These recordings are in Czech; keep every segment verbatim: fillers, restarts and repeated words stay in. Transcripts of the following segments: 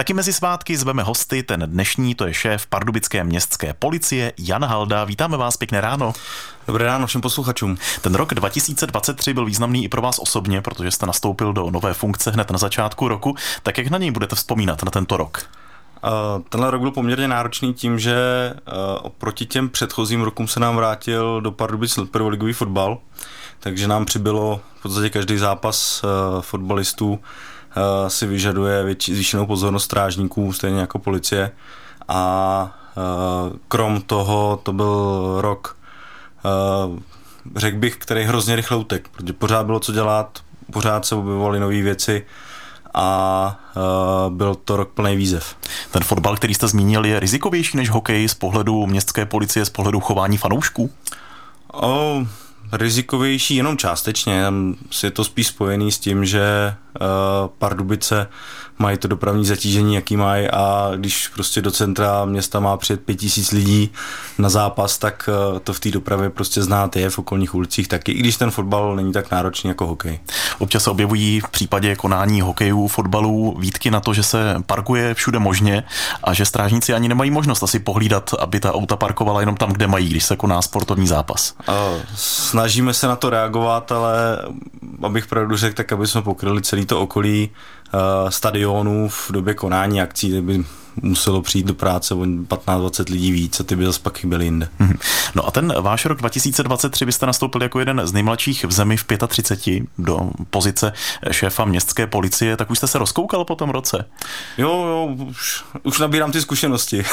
Taky mezi svátky zveme hosty, ten dnešní to je šéf pardubické městské policie Jan Halda. Vítáme vás, pěkné ráno. Dobré ráno všem posluchačům. Ten rok dva tisíce dvacet tři byl významný i pro vás osobně, protože jste nastoupil do nové funkce hned na začátku roku. Tak jak na něj budete vzpomínat, na tento rok? Uh, tenhle rok byl poměrně náročný tím, že uh, oproti těm předchozím rokům se nám vrátil do Pardubic prvoligový fotbal, takže nám přibylo v podstatě každý zápas uh, fotbalistů uh, si vyžaduje větší, zvýšenou pozornost strážníků, stejně jako policie, a uh, krom toho to byl rok, uh, řekl bych, který hrozně rychle utek, protože pořád bylo co dělat, pořád se objevovaly nové věci a uh, byl to rok plný výzev. Ten fotbal, který jste zmínil, je rizikovější než hokej z pohledu městské policie, z pohledu chování fanoušků? O, rizikovější jenom částečně. Je to spíš spojený s tím, že uh, Pardubice mají to dopravní zatížení, jaký mají, a když prostě do centra města má přijet pět tisíc lidí na zápas, tak uh, to v té dopravě prostě znáte, je v okolních ulicích taky, i když ten fotbal není tak náročný jako hokej. Občas se objevují v případě konání hokejů, fotbalů výtky na to, že se parkuje všude možně a že strážníci ani nemají možnost asi pohlídat, aby ta auta parkovala jenom tam, kde mají, když se koná sportovní zápas. Uh, snažíme se na to reagovat, ale abych pravdu řekl, tak aby jsme pokryli celý to okolí uh, stadionů v době konání akcí, kde by muselo přijít do práce o patnáct dvacet lidí víc a ty by zase pak chyběly jinde. No a ten váš rok dva tisíce dvacet tři byste nastoupil jako jeden z nejmladších v zemi v třiceti pěti do pozice šéfa městské policie, tak už jste se rozkoukal po tom roce? Jo, jo, už, už nabírám ty zkušenosti.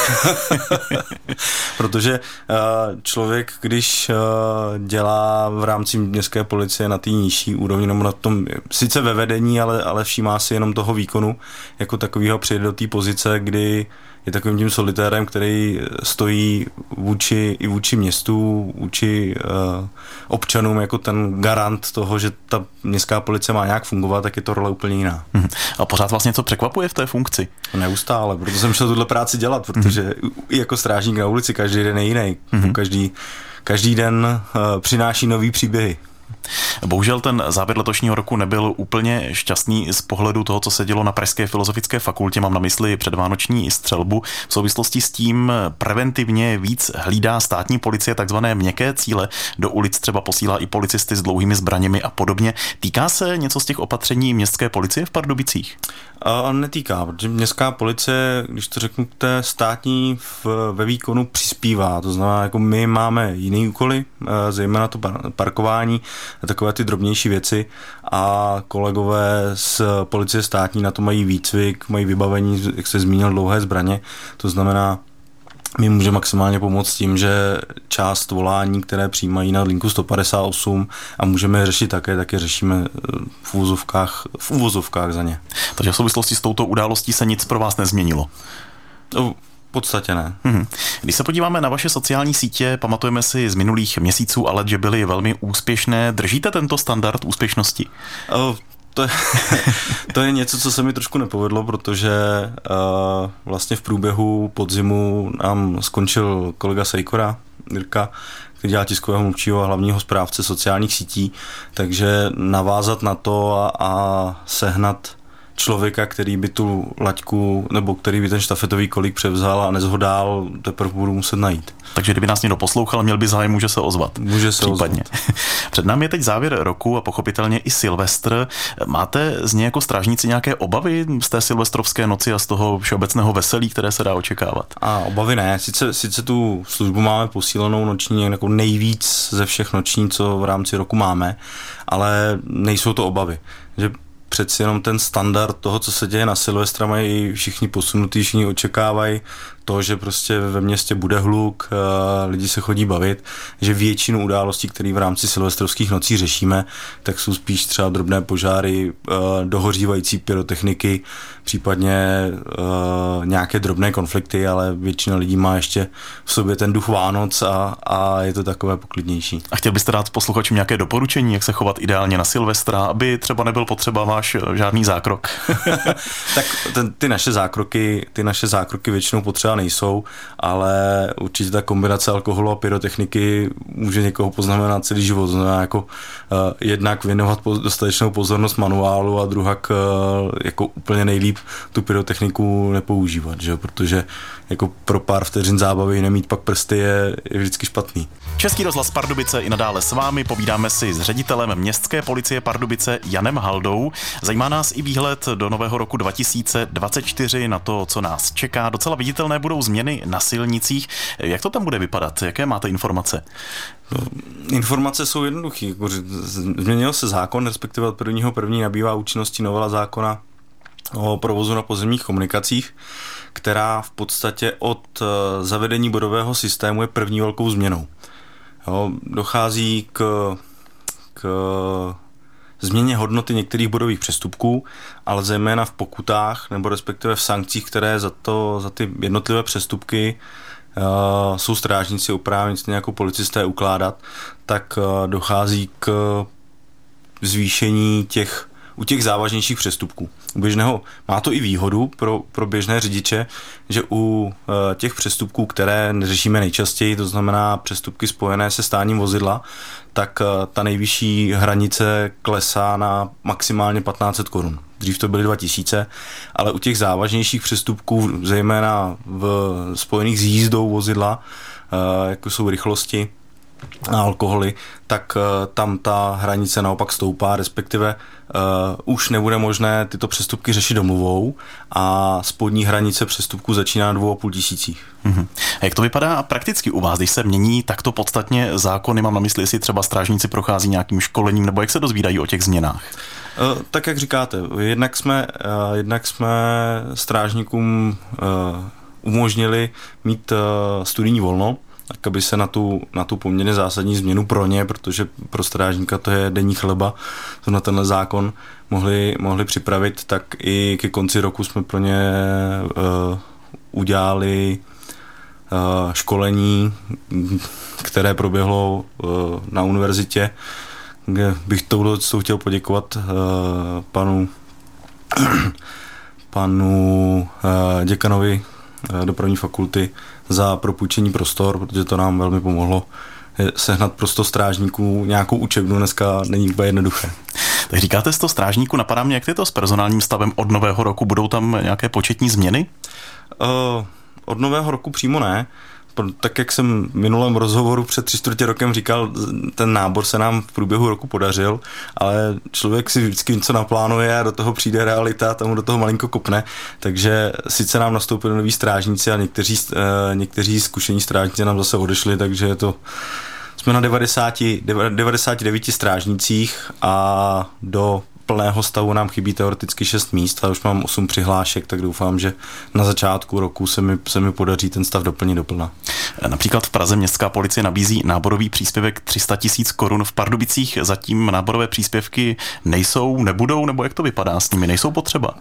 Protože uh, člověk, když uh, dělá v rámci městské policie na té nižší úrovni, nebo na tom, sice ve vedení, ale, ale všímá si jenom toho výkonu, jako takovýho přijde do té pozice, kdy je takovým tím solitérem, který stojí vůči, i vůči městu, vůči uh, občanům jako ten garant toho, že ta městská policie má nějak fungovat, tak je to role úplně jiná. A pořád vás něco překvapuje v té funkci? Neustále, proto jsem šel tuhle práci dělat, protože i jako strážník na ulici každý den je jiný. Každý, každý den uh, přináší nový příběhy. Bohužel ten závěr letošního roku nebyl úplně šťastný z pohledu toho, co se dělo na Pražské filozofické fakultě. Mám na mysli předvánoční střelbu. V souvislosti s tím preventivně víc hlídá státní policie takzvané měkké cíle. Do ulic třeba posílá i policisty s dlouhými zbraněmi a podobně. Týká se něco z těch opatření městské policie v Pardubicích? A netýká, protože městská policie, když to řeknu, k té státní v, ve výkonu přispívá. To znamená, jako my máme jiný úkoly, zejména to parkování, takové ty drobnější věci, a kolegové z policie státní na to mají výcvik, mají vybavení, jak se zmínil, dlouhé zbraně. To znamená, my můžeme maximálně pomoct tím, že část volání, které přijímají na linku sto padesát osm, a můžeme je řešit také, také řešíme v uvozovkách, v uvozovkách za ně. Takže v souvislosti s touto událostí se nic pro vás nezměnilo? No, v podstatě ne. Hmm. Když se podíváme na vaše sociální sítě, pamatujeme si z minulých měsíců a let, že byly velmi úspěšné. Držíte tento standard úspěšnosti? Oh. To je, to je něco, co se mi trošku nepovedlo, protože uh, vlastně v průběhu podzimu nám skončil kolega Sejkora, Jirka, který dělá tiskového mluvčího a hlavního správce sociálních sítí, takže navázat na to a, a sehnat člověka, který by tu laťku, nebo který by ten štafetový kolík převzal a nezhodál, teprve budu muset najít. Takže kdyby nás někdo poslouchal, měl by zájem, může se ozvat. Může se případně ozvat. Před námi je teď závěr roku a pochopitelně i Silvestr. Máte z něj jako strážníci nějaké obavy z té silvestrovské noci a z toho všeobecného veselí, které se dá očekávat? A obavy ne. Sice, sice tu službu máme posílenou noční, jako nejvíc ze všech noční, co v rámci roku máme, ale nejsou to obavy. Že přeci jenom ten standard toho, co se děje na Silvestra, mají všichni posunutý, všichni očekávají to, že prostě ve městě bude hluk, lidi se chodí bavit, že většinu událostí, které v rámci silvestrovských nocí řešíme, tak jsou spíš třeba drobné požáry, dohořívající pyrotechniky, případně nějaké drobné konflikty, ale většina lidí má ještě v sobě ten duch Vánoc a, a je to takové poklidnější. A chtěl byste dát posluchačům nějaké doporučení, jak se chovat ideálně na Silvestra, aby třeba nebyl potřeba váš žádný zákrok? Tak ten, ty naše zákroky, ty naše zákroky většinou potřeba nejsou, ale určitě ta kombinace alkoholu a pyrotechniky může někoho poznamenat celý život. Znamená jako uh, jednak věnovat dostatečnou pozornost manuálu a druhak uh, jako úplně nejlíp tu pyrotechniku nepoužívat, že? Protože jako pro pár vteřin zábavy nemít pak prsty je, je vždycky špatný. Český rozhlas Pardubice i nadále s vámi, povídáme si s ředitelem městské policie Pardubice Janem Haldou. Zajímá nás i výhled do nového roku dva tisíce dvacet čtyři na to, co nás čeká. Docela viditelné budou změny na silnicích. Jak to tam bude vypadat? Jaké máte informace? No, informace jsou jednoduché. Změnil se zákon, respektive od prvního první nabývá účinnosti novela zákona o provozu na pozemních komunikacích, která v podstatě od zavedení bodového systému je první velkou změnou. Jo, dochází k, k změně hodnoty některých bodových přestupků, ale zejména v pokutách nebo respektive v sankcích, které za, to, za ty jednotlivé přestupky uh, jsou strážníci oprávněni jako policisté ukládat, tak uh, dochází k zvýšení těch u těch závažnějších přestupků. U běžného, má to i výhodu pro, pro běžné řidiče, že u e, těch přestupků, které neřešíme nejčastěji, to znamená přestupky spojené se stáním vozidla, tak e, ta nejvyšší hranice klesá na maximálně patnáct set korun. Dřív to byly dva tisíce, ale u těch závažnějších přestupků, zejména v spojených s jízdou vozidla, e, jako jsou rychlosti a alkoholy, tak uh, tam ta hranice naopak stoupá, respektive uh, už nebude možné tyto přestupky řešit domluvou a spodní hranice přestupků začíná na dvou a půl tisících. Mm-hmm. A jak to vypadá prakticky u vás, když se mění takto podstatně zákony? Mám na mysli, jestli třeba strážníci prochází nějakým školením, nebo jak se dozvídají o těch změnách? Uh, tak jak říkáte, jednak jsme, uh, jednak jsme strážníkům uh, umožnili mít uh, studijní volno, tak aby se na tu, na tu poměrně zásadní změnu pro ně, protože pro strážníka to je denní chleba, to na tenhle zákon mohli, mohli připravit, tak i ke konci roku jsme pro ně uh, udělali uh, školení, které proběhlo uh, na univerzitě, kde bych touhle chtěl poděkovat uh, panu panu uh, děkanovi uh, dopravní fakulty za propůjčení prostor, protože to nám velmi pomohlo sehnat prosto strážníků nějakou učebnu, dneska není úplně jednoduché. Tak říkáte sto strážníků, napadá mě, jak je to s personálním stavem od nového roku? Budou tam nějaké početní změny? Uh, od nového roku přímo ne. Tak jak jsem v minulém rozhovoru před tři čtvrtě rokem říkal, ten nábor se nám v průběhu roku podařil, ale člověk si vždycky něco naplánuje a do toho přijde realita, tomu do toho malinko kopne, takže sice nám nastoupili noví strážníci a někteří, někteří zkušení strážníci nám zase odešli, takže je to, jsme na devadesát devět strážnících a do plného stavu nám chybí teoreticky šest míst, ale už mám osm přihlášek, tak doufám, že na začátku roku se mi, se mi podaří ten stav doplnit doplna. Například v Praze městská policie nabízí náborový příspěvek tři sta tisíc korun. V Pardubicích zatím náborové příspěvky nejsou, nebudou, nebo jak to vypadá s nimi? Nejsou potřeba?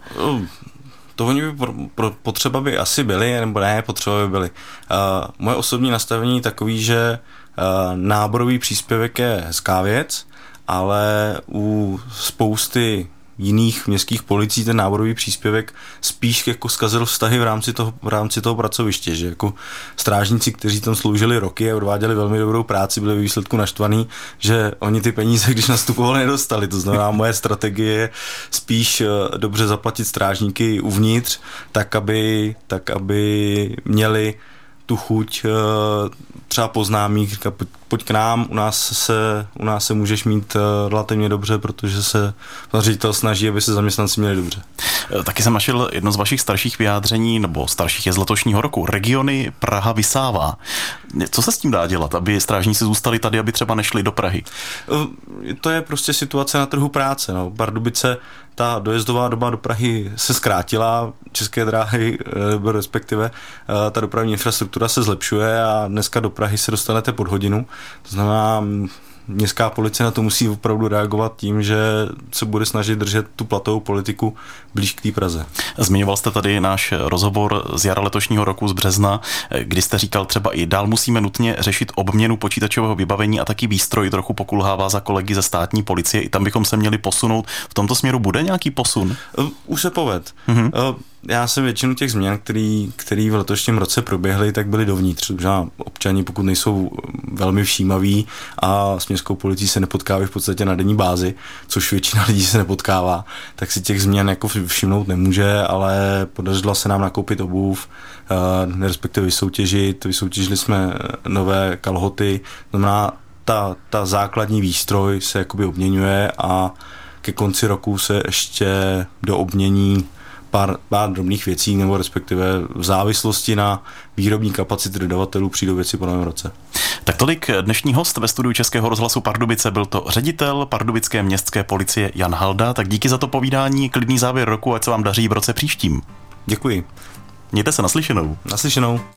To oni by pro, pro, potřeba by asi byly, nebo ne, potřeba by byly. Uh, moje osobní nastavení je takový, že uh, náborový příspěvek je hezká věc, ale u spousty jiných městských policií ten náborový příspěvek spíš jako zkazil vztahy v rámci toho, v rámci toho pracoviště, že jako strážníci, kteří tam sloužili roky a odváděli velmi dobrou práci, byli ve výsledku naštvaný, že oni ty peníze, když nastupovali, nedostali. To znamená, moje strategie je spíš dobře zaplatit strážníky uvnitř, tak aby, tak aby měli tu chuť třeba poznámí, říká, pojď k nám, u nás se, u nás se můžeš mít relativně dobře, protože se pan ředitel snaží, aby se zaměstnanci měli dobře. Taky jsem našel jedno z vašich starších vyjádření, nebo starších je z letošního roku. Regiony Praha vysává. Co se s tím dá dělat, aby strážníci zůstali tady, aby třeba nešli do Prahy? To je prostě situace na trhu práce. No. Pardubice, ta dojezdová doba do Prahy se zkrátila, České dráhy, respektive ta dopravní infrastruktura se zlepšuje a dneska do Prahy se dostanete pod hodinu. To znamená, městská policie na to musí opravdu reagovat tím, že se bude snažit držet tu platovou politiku blíž k té Praze. Zmiňoval jste tady náš rozhovor z jara letošního roku, z března, kdy jste říkal třeba i dál musíme nutně řešit obměnu počítačového vybavení a taky výstroj trochu pokulhává za kolegy ze státní policie. I tam bychom se měli posunout. V tomto směru bude nějaký posun? Už se poved. Mm-hmm. Já jsem většinu těch změn, který, který v letošním roce proběhly, tak byly dovnitř. Možná občani, pokud nejsou velmi všímaví a s městskou policií se nepotkávají v podstatě na denní bázi, což většina lidí se nepotkává, tak si těch změn jako všimnout nemůže, ale podařilo se nám nakoupit obuv, respektive vysoutěžit. Vysoutěžili jsme nové kalhoty, znamená ta, ta základní výstroj se jakoby obměňuje a ke konci roku se ještě doobmění pár, pár drobných věcí, nebo respektive v závislosti na výrobní kapacity dodavatelů přijdou věci po novém roce. Tak tolik dnešní host ve studiu Českého rozhlasu Pardubice, byl to ředitel pardubické městské policie Jan Halda, tak díky za to povídání, klidný závěr roku, ať se vám daří v roce příštím. Děkuji. Mějte se, naslyšenou. Naslyšenou.